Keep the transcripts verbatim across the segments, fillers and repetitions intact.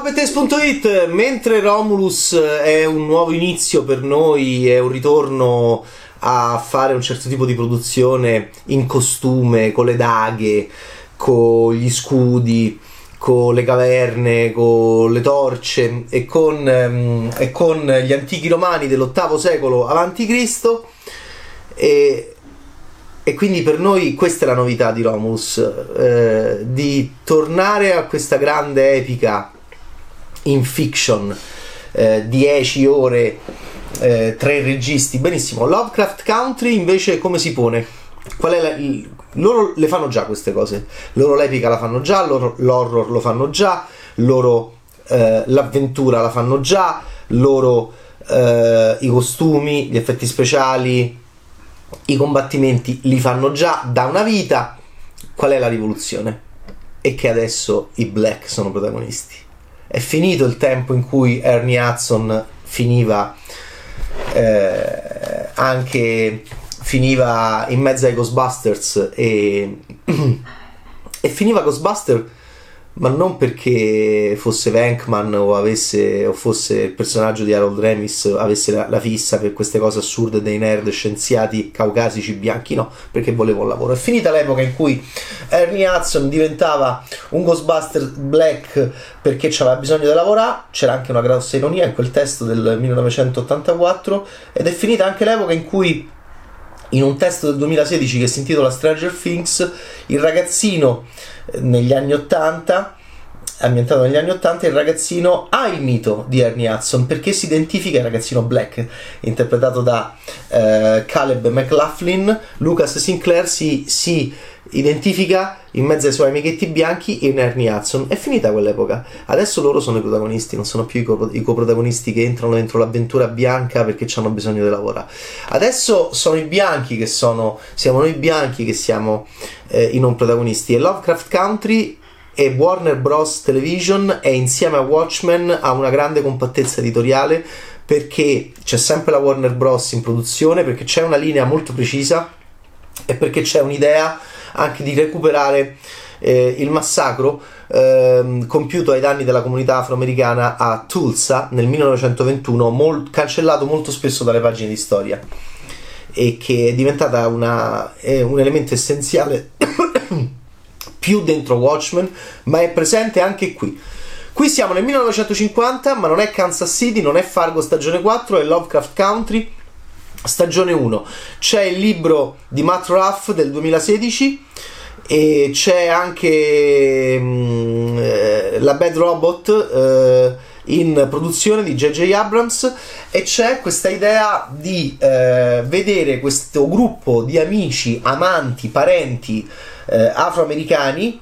Bettes punto it. Mentre Romulus è un nuovo inizio per noi, è un ritorno a fare un certo tipo di produzione in costume, con le daghe, con gli scudi, con le caverne, con le torce e con, um, e con gli antichi romani dell'ottavo secolo avanti Cristo, e, e quindi per noi questa è la novità di Romulus, eh, di tornare a questa grande epica in fiction, eh, dieci ore, eh, tre registi, benissimo. Lovecraft Country invece come si pone? Qual è la, il, loro le fanno già queste cose, loro l'epica la fanno già, loro l'horror lo fanno già, loro eh, l'avventura la fanno già, loro eh, i costumi, gli effetti speciali, i combattimenti li fanno già da una vita. Qual è la rivoluzione? E che adesso i Black sono protagonisti. È finito il tempo in cui Ernie Hudson finiva eh, anche finiva in mezzo ai Ghostbusters e, e finiva Ghostbusters, ma non perché fosse Venkman o avesse o fosse il personaggio di Harold Ramis avesse la, la fissa per queste cose assurde dei nerd scienziati caucasici bianchi, no, perché voleva un lavoro. È finita l'epoca in cui Ernie Hudson diventava un Ghostbuster Black perché c'aveva bisogno di lavorare. C'era anche una grossa ironia in quel testo del millenovecentottantaquattro, ed è finita anche l'epoca in cui, in un testo del duemilasedici che si intitola Stranger Things, il ragazzino negli anni ottanta, ambientato negli anni ottanta, il ragazzino ha il mito di Ernie Hudson perché si identifica il ragazzino Black, interpretato da eh, Caleb McLaughlin. Lucas Sinclair si, si identifica in mezzo ai suoi amichetti bianchi in Ernie Hudson. È finita quell'epoca, adesso loro sono i protagonisti, non sono più i, co- i coprotagonisti che entrano dentro l'avventura bianca perché hanno bisogno di lavorare. Adesso sono i bianchi che sono, siamo noi bianchi che siamo eh, i non protagonisti. E Lovecraft Country e Warner Bros. Television, e insieme a Watchmen ha una grande compattezza editoriale, perché c'è sempre la Warner Bros. In produzione, perché c'è una linea molto precisa e perché c'è un'idea anche di recuperare eh, il massacro eh, compiuto ai danni della comunità afroamericana a Tulsa nel millenovecentoventuno, mol- cancellato molto spesso dalle pagine di storia, e che è diventata una, è un elemento essenziale più dentro Watchmen, ma è presente anche qui. Qui siamo nel millenovecentocinquanta, ma non è Kansas City, non è Fargo stagione quattro, è Lovecraft Country stagione uno. C'è il libro di Matt Ruff del duemilasedici, e c'è anche mh, eh, la Bad Robot eh, in produzione di J J Abrams, e c'è questa idea di eh, vedere questo gruppo di amici, amanti, parenti eh, afroamericani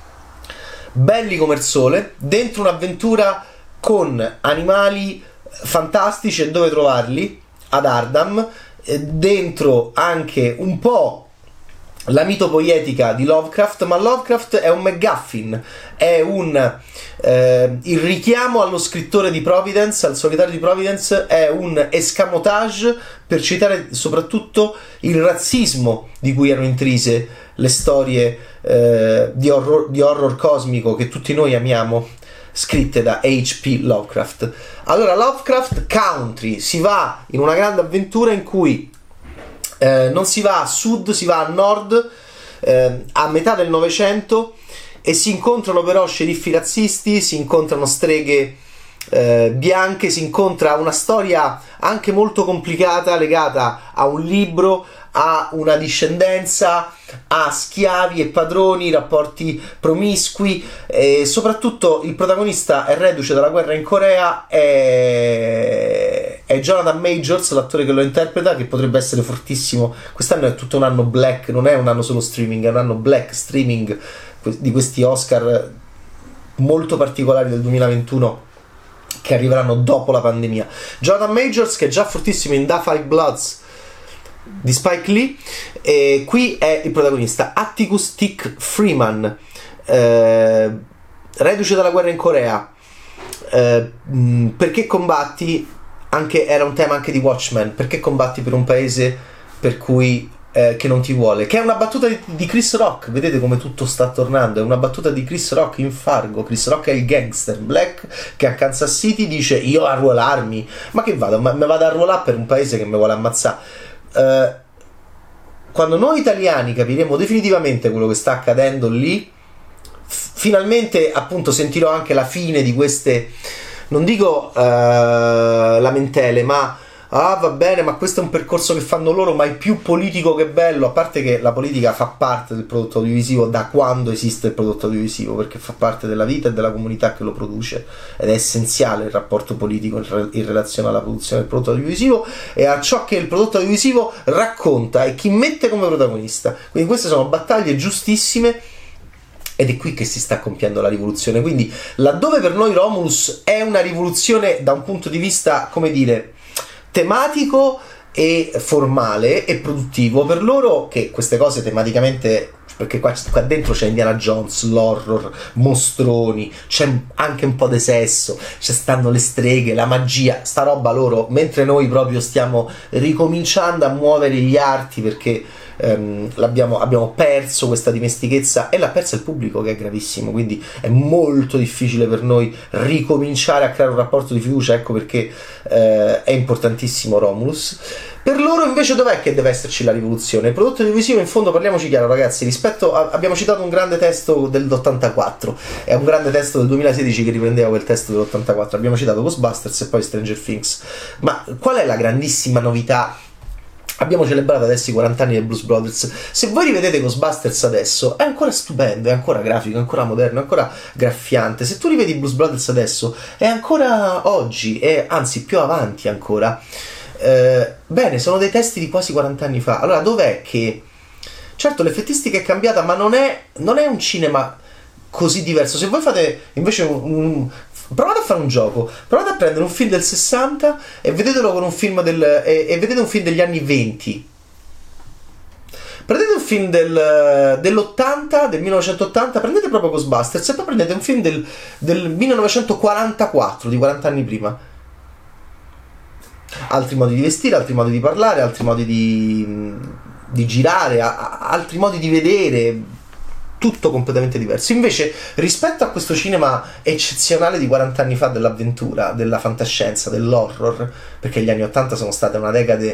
belli come il sole dentro un'avventura con animali fantastici e dove trovarli ad Ardham, dentro anche un po' la mitopoietica di Lovecraft, ma Lovecraft è un MacGuffin, è un eh, il richiamo allo scrittore di Providence, al solitario di Providence, è un escamotage per citare soprattutto il razzismo di cui erano intrise le storie eh, di, horror, di horror cosmico che tutti noi amiamo, scritte da H P Lovecraft. Allora, Lovecraft Country si va in una grande avventura in cui eh, non si va a sud, si va a nord, eh, a metà del Novecento, e si incontrano però sceriffi razzisti, si incontrano streghe eh, bianche, si incontra una storia anche molto complicata legata a un libro, a una discendenza, a schiavi e padroni, rapporti promiscui, e soprattutto il protagonista è reduce dalla guerra in Corea, è, è Jonathan Majors, l'attore che lo interpreta, che potrebbe essere fortissimo. Quest'anno è tutto un anno black, non è un anno solo streaming, è un anno black streaming di questi Oscar molto particolari del duemilaventuno che arriveranno dopo la pandemia. Jonathan Majors, che è già fortissimo in Da Five Bloods di Spike Lee, e qui è il protagonista. Atticus Tick Freeman, eh, reduce dalla guerra in Corea, eh, mh, perché combatti, anche era un tema anche di Watchmen, perché combatti per un paese per cui eh, che non ti vuole, che è una battuta di, di Chris Rock. Vedete come tutto sta tornando, è una battuta di Chris Rock in Fargo. Chris Rock è il gangster black che a Kansas City dice: io arruolarmi, ma che vado, ma, mi vado a arruolare per un paese che mi vuole ammazzare. eh, quando noi italiani capiremo definitivamente quello che sta accadendo lì, f- finalmente appunto sentirò anche la fine di queste, non dico eh, lamentele, ma ah va bene, ma questo è un percorso che fanno loro, ma è più politico che bello. A parte che la politica fa parte del prodotto audiovisivo da quando esiste il prodotto audiovisivo, perché fa parte della vita e della comunità che lo produce, ed è essenziale il rapporto politico in, re- in relazione alla produzione del prodotto audiovisivo e a ciò che il prodotto audiovisivo racconta e chi mette come protagonista. Quindi queste sono battaglie giustissime, ed è qui che si sta compiendo la rivoluzione. Quindi laddove per noi Romulus è una rivoluzione da un punto di vista, come dire, tematico e formale e produttivo, per loro, che queste cose tematicamente, perché qua, qua dentro c'è Indiana Jones, l'horror, mostroni, c'è anche un po' di sesso, ci stanno le streghe, la magia, sta roba loro, mentre noi proprio stiamo ricominciando a muovere gli arti, perché ehm, l'abbiamo, abbiamo perso questa dimestichezza e l'ha persa il pubblico, che è gravissimo. Quindi è molto difficile per noi ricominciare a creare un rapporto di fiducia. Ecco perché eh, è importantissimo Romulus. Per loro invece dov'è che deve esserci la rivoluzione? Il prodotto televisivo, in fondo, parliamoci chiaro ragazzi, rispetto a, abbiamo citato un grande testo dell'ottantaquattro e un grande testo del duemilasedici che riprendeva quel testo dell'ottantaquattro, abbiamo citato Ghostbusters e poi Stranger Things, ma qual è la grandissima novità? Abbiamo celebrato adesso i quaranta anni del Blues Brothers. Se voi rivedete Ghostbusters adesso, è ancora stupendo, è ancora grafico, è ancora moderno, è ancora graffiante. Se tu rivedi Blues Brothers adesso, è ancora oggi, è anzi più avanti ancora. Eh, bene, sono dei testi di quasi quaranta anni fa. Allora dov'è che... Certo, l'effettistica è cambiata, ma non è, non è un cinema così diverso. Se voi fate invece un, un... provate a fare un gioco, provate a prendere un film del sessanta e vedetelo con un film del... e, e vedete un film degli anni venti. Prendete un film del, dell'ottanta, del millenovecentottanta, prendete proprio Ghostbusters e poi prendete un film del, del millenovecentoquarantaquattro, di quaranta anni prima. Altri modi di vestire, altri modi di parlare, altri modi di, di girare, a, a, altri modi di vedere, tutto completamente diverso. Invece, rispetto a questo cinema eccezionale di quaranta anni fa, dell'avventura, della fantascienza, dell'horror, perché gli anni ottanta sono state una decade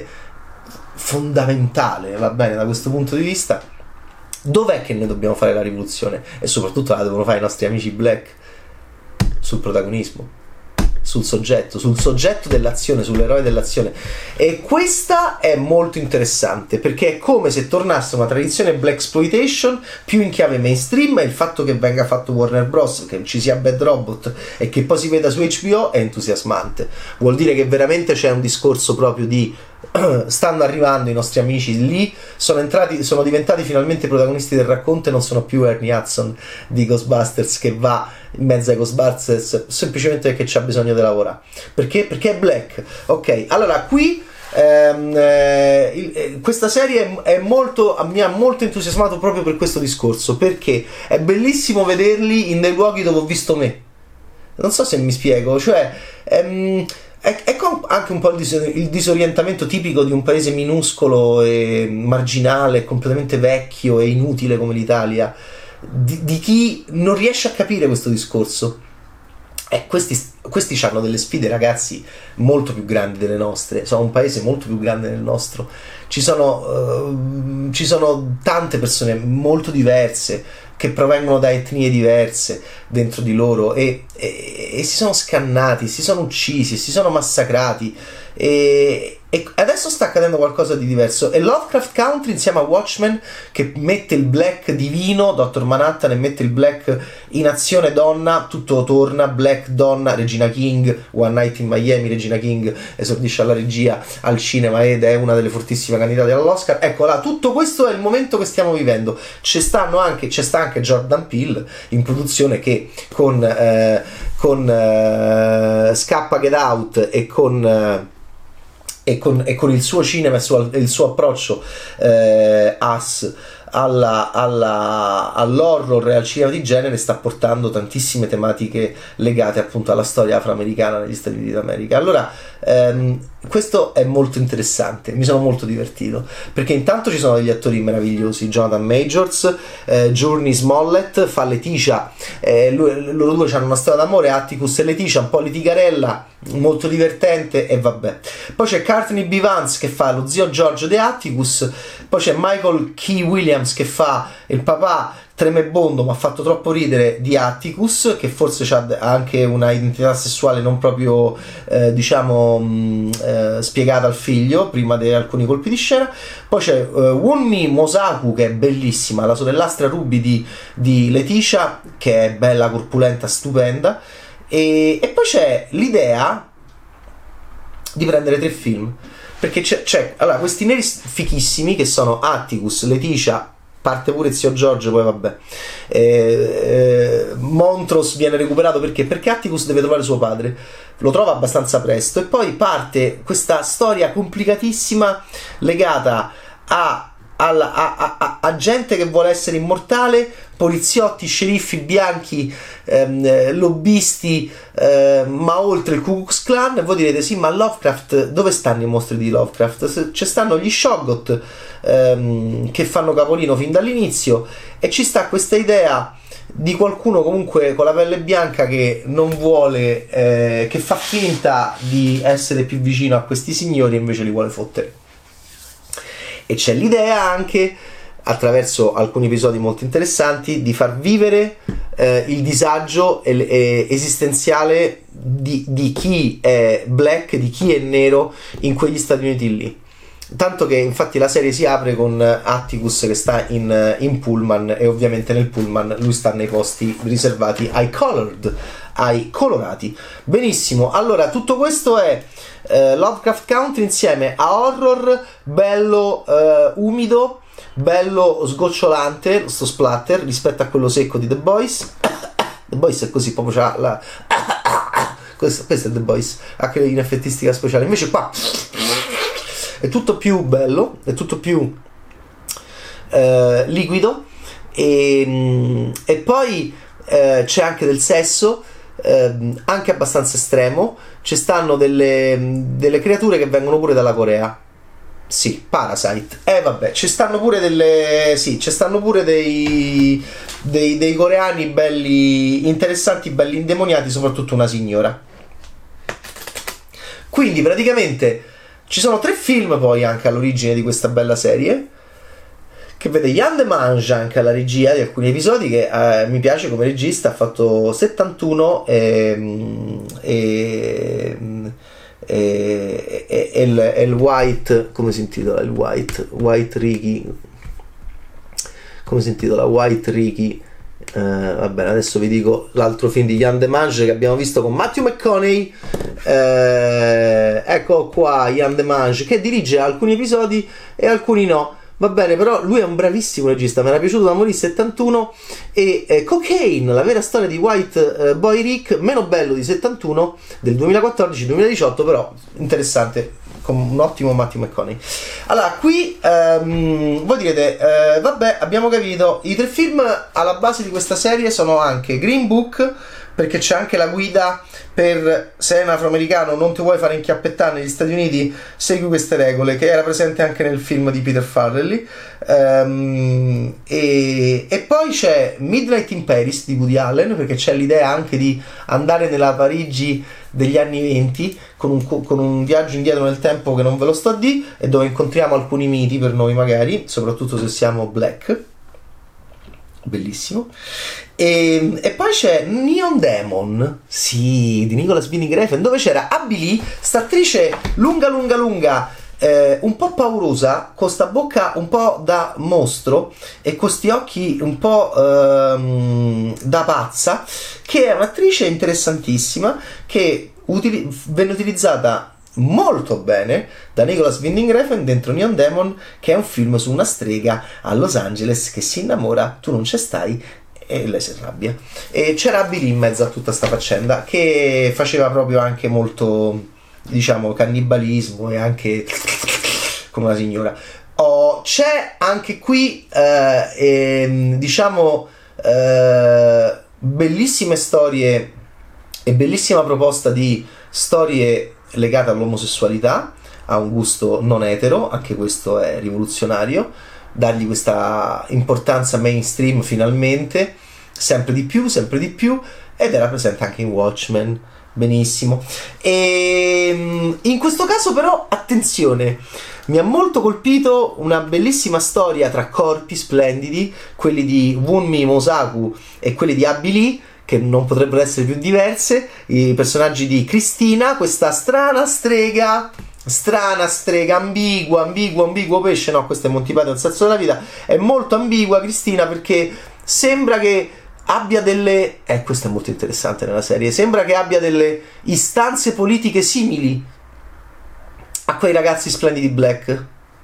fondamentale, va bene, da questo punto di vista, dov'è che noi dobbiamo fare la rivoluzione? E soprattutto la devono fare i nostri amici black, sul protagonismo, sul soggetto, sul soggetto dell'azione, sull'eroe dell'azione. E questa è molto interessante, perché è come se tornasse una tradizione blaxploitation più in chiave mainstream, e il fatto che venga fatto Warner Bros., che ci sia Bad Robot e che poi si veda su H B O è entusiasmante. Vuol dire che veramente c'è un discorso proprio di stanno arrivando i nostri amici lì, sono entrati, sono diventati finalmente protagonisti del racconto e non sono più Ernie Hudson di Ghostbusters che va in mezzo ai Ghostbusters semplicemente perché c'ha bisogno di lavorare, perché? Perché è black. Ok, allora qui ehm, eh, il, eh, questa serie è, è molto, mi ha molto entusiasmato proprio per questo discorso, perché è bellissimo vederli in dei luoghi dove ho visto me. Non so se mi spiego, cioè ehm, è, è anche un po' il, dis- il disorientamento tipico di un paese minuscolo e marginale, completamente vecchio e inutile come l'Italia, di, di chi non riesce a capire questo discorso. Eh, questi, questi hanno delle sfide, ragazzi, molto più grandi delle nostre. Sono un paese molto più grande del nostro. Ci sono, uh, ci sono tante persone molto diverse che provengono da etnie diverse dentro di loro e, e, e si sono scannati, si sono uccisi, si sono massacrati. E, e adesso sta accadendo qualcosa di diverso, e Lovecraft Country insieme a Watchmen, che mette il black divino, Doctor Manhattan, e mette il black in azione donna, tutto torna, black, donna, Regina King, One Night in Miami, Regina King esordisce alla regia al cinema ed è una delle fortissime candidate all'Oscar. Ecco là, tutto questo è il momento che stiamo vivendo. C'è stanno anche, c'è sta anche Jordan Peele in produzione, che con, eh, con eh, Scappa Get Out e con eh, E con, e con il suo cinema e il suo, il suo approccio eh, Us alla, alla, all'horror e al cinema di genere sta portando tantissime tematiche legate appunto alla storia afroamericana negli Stati Uniti d'America. Allora ehm, questo è molto interessante, mi sono molto divertito, perché intanto ci sono degli attori meravigliosi, Jonathan Majors, eh, Journey Smollett fa Leticia, eh, lui, loro due hanno una storia d'amore, Atticus e Leticia, un po' litigarella, molto divertente, e vabbè. Poi c'è Courtney B. Vance che fa lo zio George di Atticus, poi c'è Michael Key Williams che fa il papà tremebondo ma ha fatto troppo ridere di Atticus, che forse ha anche una identità sessuale non proprio eh, diciamo mh, eh, spiegata al figlio prima di alcuni colpi di scena. Poi c'è uh, Wunmi Mosaku che è bellissima, la sorellastra Ruby di, di Leticia, che è bella, corpulenta, stupenda, e, e poi c'è l'idea di prendere tre film, perché c'è, c'è allora questi neri fichissimi che sono Atticus, Leticia, parte pure zio George, poi vabbè, eh, eh, Montrose viene recuperato perché? Perché Atticus deve trovare suo padre, lo trova abbastanza presto, e poi parte questa storia complicatissima legata a, alla, a, a, a gente che vuole essere immortale, poliziotti, sceriffi bianchi, ehm, lobbisti, eh, ma oltre il Ku Klux Klan. E voi direte sì, ma Lovecraft, dove stanno i mostri di Lovecraft? Ci stanno gli Shoggoth, ehm, che fanno capolino fin dall'inizio, e ci sta questa idea di qualcuno comunque con la pelle bianca che non vuole, eh, che fa finta di essere più vicino a questi signori e invece li vuole fottere. E c'è l'idea anche, attraverso alcuni episodi molto interessanti, di far vivere eh, il disagio e, e esistenziale di, di chi è black, di chi è nero in quegli Stati Uniti lì. Tanto che infatti la serie si apre con Atticus che sta in, in pullman, e ovviamente nel pullman lui sta nei posti riservati ai colored, ai colorati. Benissimo, allora tutto questo è eh, Lovecraft Country insieme a horror bello eh, umido, bello sgocciolante, sto splatter rispetto a quello secco di The Boys. The Boys è così, proprio c'ha la... questo, questo è The Boys, anche in effettistica speciale. Invece qua è tutto più bello, è tutto più eh, liquido, e, e poi eh, c'è anche del sesso, eh, anche abbastanza estremo. Ci stanno delle, delle creature che vengono pure dalla Corea. Sì, Parasite. Eh vabbè, ci stanno pure delle... Sì, ci stanno pure dei, dei, dei coreani belli interessanti, belli indemoniati, soprattutto una signora. Quindi praticamente ci sono tre film poi anche all'origine di questa bella serie, che vede Yann Demange anche alla regia di alcuni episodi, che eh, mi piace come regista, ha fatto settantuno e... e e, e, e, il, e il White, come si intitola il White White Ricky, come si intitola White Ricky, eh, va bene, adesso vi dico l'altro film di Yann Demange che abbiamo visto con Matthew McConaughey, eh, ecco qua Yann Demange, che dirige alcuni episodi e alcuni no. Va bene, però lui è un bravissimo regista, mi era piaciuto da morire. Settantuno e eh, Cocaine, la vera storia di White eh, Boy Rick, meno bello di settantuno, del duemilaquattordici duemiladiciotto, però interessante, con un ottimo Matthew McConaughey. Allora, qui ehm, voi direte, eh, vabbè, abbiamo capito, i tre film alla base di questa serie sono anche Green Book, perché c'è anche la guida per se è un afroamericano non ti vuoi fare inchiappettare negli Stati Uniti, segui queste regole, che era presente anche nel film di Peter Farrelly. Um, e, e poi c'è Midnight in Paris di Woody Allen, perché c'è l'idea anche di andare nella Parigi degli anni venti con un, con un viaggio indietro nel tempo che non ve lo sto a dire, e dove incontriamo alcuni miti per noi magari, soprattutto se siamo black. Bellissimo. E, e poi c'è Neon Demon, sì, di Nicholas Winding Refn, dove c'era Abby Lee, sta attrice lunga lunga lunga, eh, un po' paurosa, con sta bocca un po' da mostro e con sti occhi un po' ehm, da pazza, che è un'attrice interessantissima, che utili- venne utilizzata molto bene da Nicholas Winding Refn dentro Neon Demon, che è un film su una strega a Los Angeles che si innamora, tu non ci stai, e lei si arrabbia. E c'era Abby Lee in mezzo a tutta sta faccenda, che faceva proprio anche molto, diciamo, cannibalismo, e anche come una signora. Oh, c'è anche qui eh, eh, diciamo eh, bellissime storie e bellissima proposta di storie legata all'omosessualità, ha un gusto non etero, anche questo è rivoluzionario, dargli questa importanza mainstream finalmente, sempre di più, sempre di più, ed era presente anche in Watchmen, benissimo. E in questo caso però, attenzione, mi ha molto colpito una bellissima storia tra corpi splendidi, quelli di Wunmi Mosaku e quelli di Abby Lee, che non potrebbero essere più diverse, i personaggi di Cristina, questa strana strega, strana strega, ambigua, ambiguo, ambiguo pesce, no, questo è Monty Python, il senso della vita, è molto ambigua Cristina perché sembra che abbia delle, eh questo è molto interessante nella serie, sembra che abbia delle istanze politiche simili a quei ragazzi splendidi Black,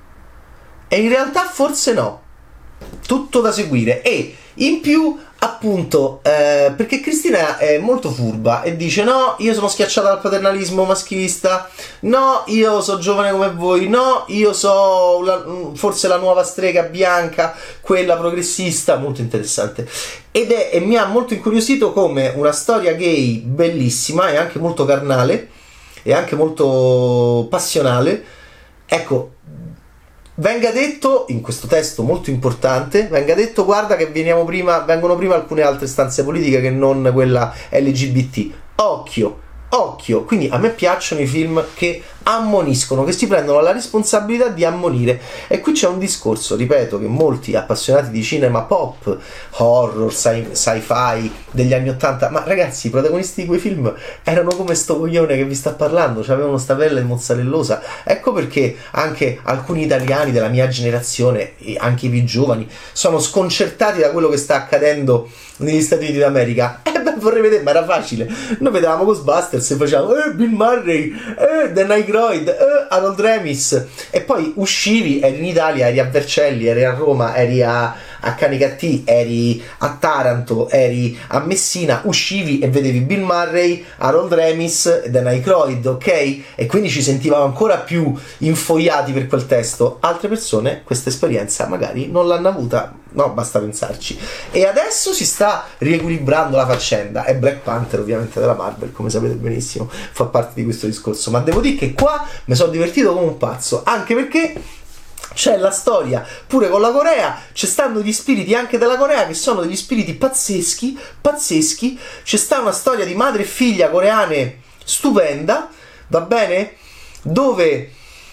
e in realtà forse no, tutto da seguire. E in più appunto eh, perché Cristina è molto furba e dice no, io sono schiacciata dal paternalismo maschilista, no, io so giovane come voi, no, io so la, forse la nuova strega bianca, quella progressista, molto interessante. Ed è, e mi ha molto incuriosito come una storia gay bellissima e anche molto carnale e anche molto passionale, ecco, venga detto in questo testo molto importante, venga detto guarda che veniamo prima, vengono prima alcune altre stanze politiche che non quella L G B T, occhio, occhio. Quindi a me piacciono i film che ammoniscono, che si prendono la responsabilità di ammonire, e qui c'è un discorso, ripeto, che molti appassionati di cinema pop, horror, sci- sci-fi degli anni ottanta, ma ragazzi, i protagonisti di quei film erano come sto coglione che vi sta parlando, cioè avevano sta pelle mozzarellosa. Ecco perché anche alcuni italiani della mia generazione e anche i più giovani sono sconcertati da quello che sta accadendo negli Stati Uniti d'America. Eh beh, vorrei vedere, ma era facile, noi vedevamo Ghostbusters e facevamo eh, Bill Murray, eh, Dan Aykroyd, eh, Harold Ramis, e poi uscivi, eri in Italia, eri a Vercelli, eri a Roma, eri a, a Canicattì, eri a Taranto, eri a Messina, uscivi e vedevi Bill Murray, Harold Ramis e Dan Aykroyd, ok? E quindi ci sentivamo ancora più infoiati per quel testo. Altre persone questa esperienza magari non l'hanno avuta, no, basta pensarci. E adesso si sta riequilibrando la faccenda, e Black Panther ovviamente della Marvel, come sapete benissimo, fa parte di questo discorso, ma devo dire che qua mi sono divertito come un pazzo, anche perché c'è la storia pure con la Corea, ci stanno gli spiriti anche della Corea che sono degli spiriti pazzeschi, pazzeschi, c'è sta una storia di madre e figlia coreane stupenda, va bene? Dove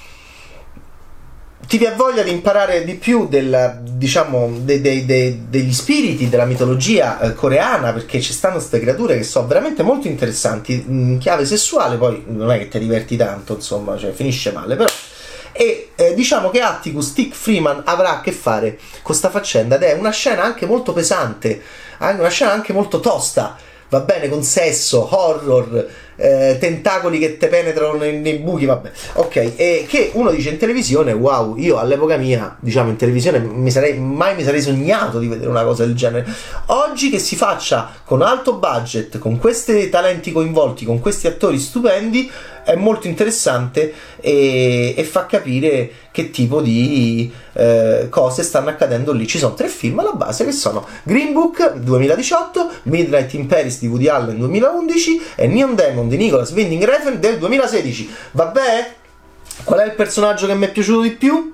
ti vi ha voglia di imparare di più del, diciamo, de, de, de, degli spiriti della mitologia eh, coreana, perché ci stanno queste creature che sono veramente molto interessanti in chiave sessuale, poi non è che ti diverti tanto, insomma, cioè finisce male, però. E eh, diciamo che Atticus Tick Freeman avrà a che fare con questa faccenda, ed è una scena anche molto pesante, una scena anche molto tosta, va bene, con sesso, horror, eh, tentacoli che te penetrano nei, nei buchi, vabbè, ok, e che uno dice in televisione, wow, io all'epoca mia, diciamo in televisione mi sarei, mai mi sarei sognato di vedere una cosa del genere. Oggi che si faccia con alto budget, con questi talenti coinvolti, con questi attori stupendi, è molto interessante e, e fa capire che tipo di eh, cose stanno accadendo lì. Ci sono tre film alla base che sono Green Book duemiladiciotto, Midnight in Paris di Woody Allen duemilaundici e Neon Demon di Nicholas Winding Refn del duemilasedici. Vabbè, qual è il personaggio che mi è piaciuto di più?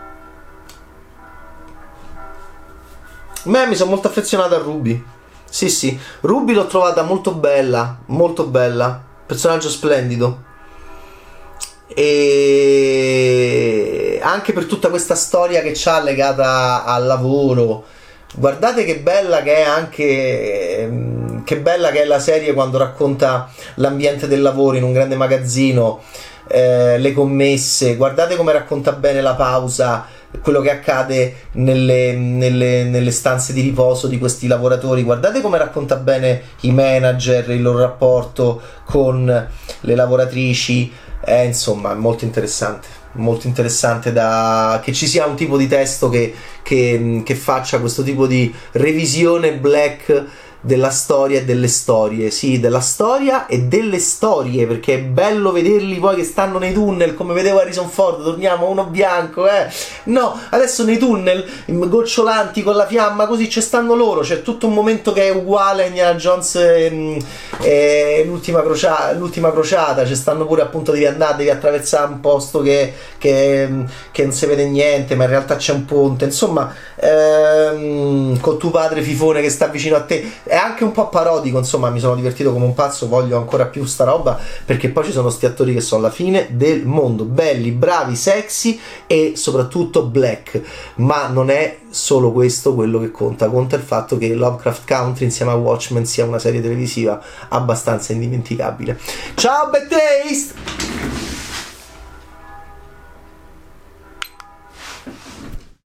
Me mi sono molto affezionato a Ruby. Sì, sì, Ruby l'ho trovata molto bella, molto bella, personaggio splendido. E anche per tutta questa storia che c'ha legata al lavoro. Guardate che bella che è anche che bella che è la serie quando racconta l'ambiente del lavoro in un grande magazzino, eh, le commesse. Guardate come racconta bene la pausa, quello che accade nelle, nelle, nelle stanze di riposo di questi lavoratori. Guardate come racconta bene i manager, il loro rapporto con le lavoratrici. Eh, insomma, è molto interessante, molto interessante da, che ci sia un tipo di testo che, che, che faccia questo tipo di revisione black della storia e delle storie, sì, della storia e delle storie, perché è bello vederli poi che stanno nei tunnel, come vedevo Harrison Ford, torniamo uno bianco, eh, no, adesso nei tunnel, gocciolanti con la fiamma, così ci stanno loro, c'è tutto un momento che è uguale a Indiana Jones e, e l'ultima crociata, l'ultima crociata, ci stanno pure appunto, devi andare, devi attraversare un posto che, che, che non si vede niente, ma in realtà c'è un ponte, insomma, ehm, con tuo padre fifone che sta vicino a te, è anche un po' parodico, insomma, mi sono divertito come un pazzo, voglio ancora più sta roba, perché poi ci sono sti attori che sono la fine del mondo, belli, bravi, sexy e soprattutto black, ma non è solo questo quello che conta, conta il fatto che Lovecraft Country insieme a Watchmen sia una serie televisiva abbastanza indimenticabile. Ciao Bad Taste!